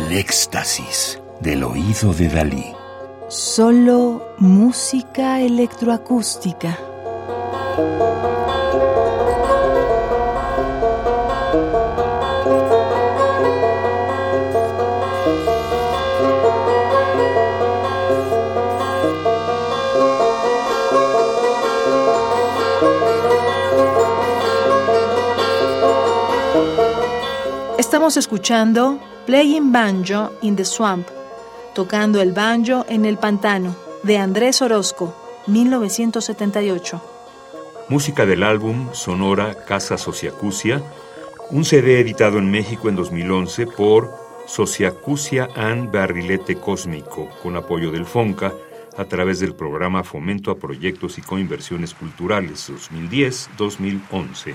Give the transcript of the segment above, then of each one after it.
al éxtasis del oído de Dalí. Solo música electroacústica. Estamos escuchando Playing Banjo in the Swamp, tocando el banjo en el pantano, de Andrés Orozco, 1978. Música del álbum Sonora Casa Sociacusia, un CD editado en México en 2011 por Sociacusia and Barrilete Cósmico, con apoyo del FONCA, a través del programa Fomento a Proyectos y Coinversiones Culturales 2010-2011.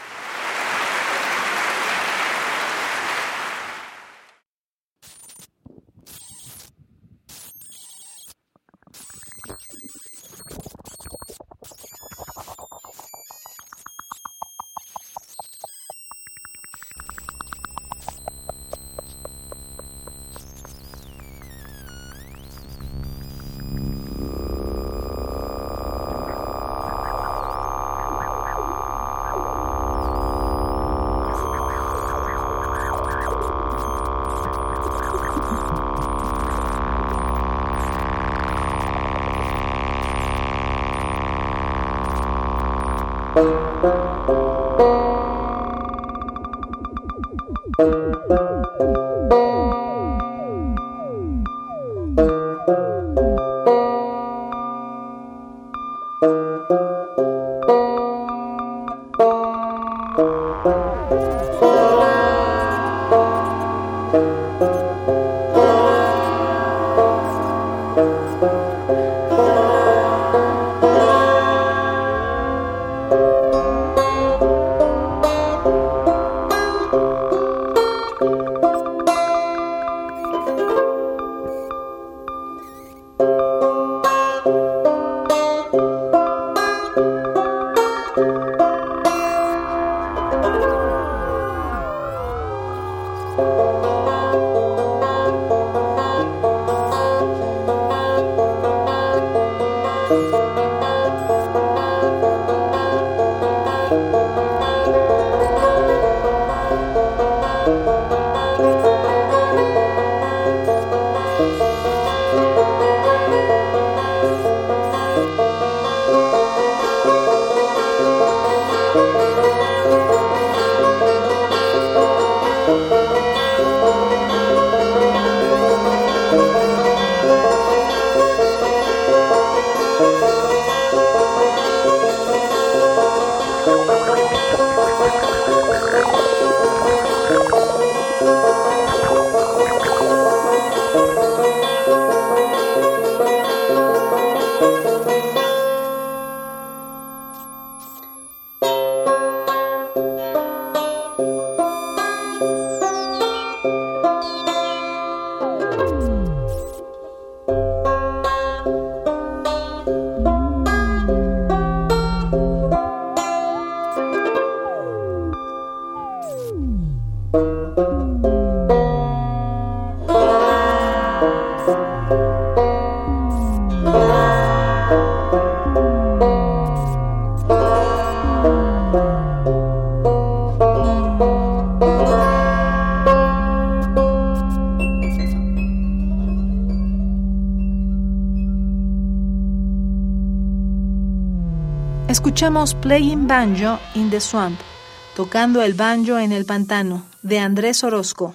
Escuchamos Playing Banjo in the Swamp, tocando el banjo en el pantano, de Andrés Orozco,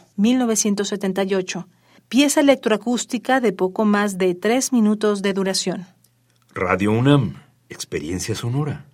1978, pieza electroacústica de poco más de 3 minutos de duración. Radio UNAM, experiencia sonora.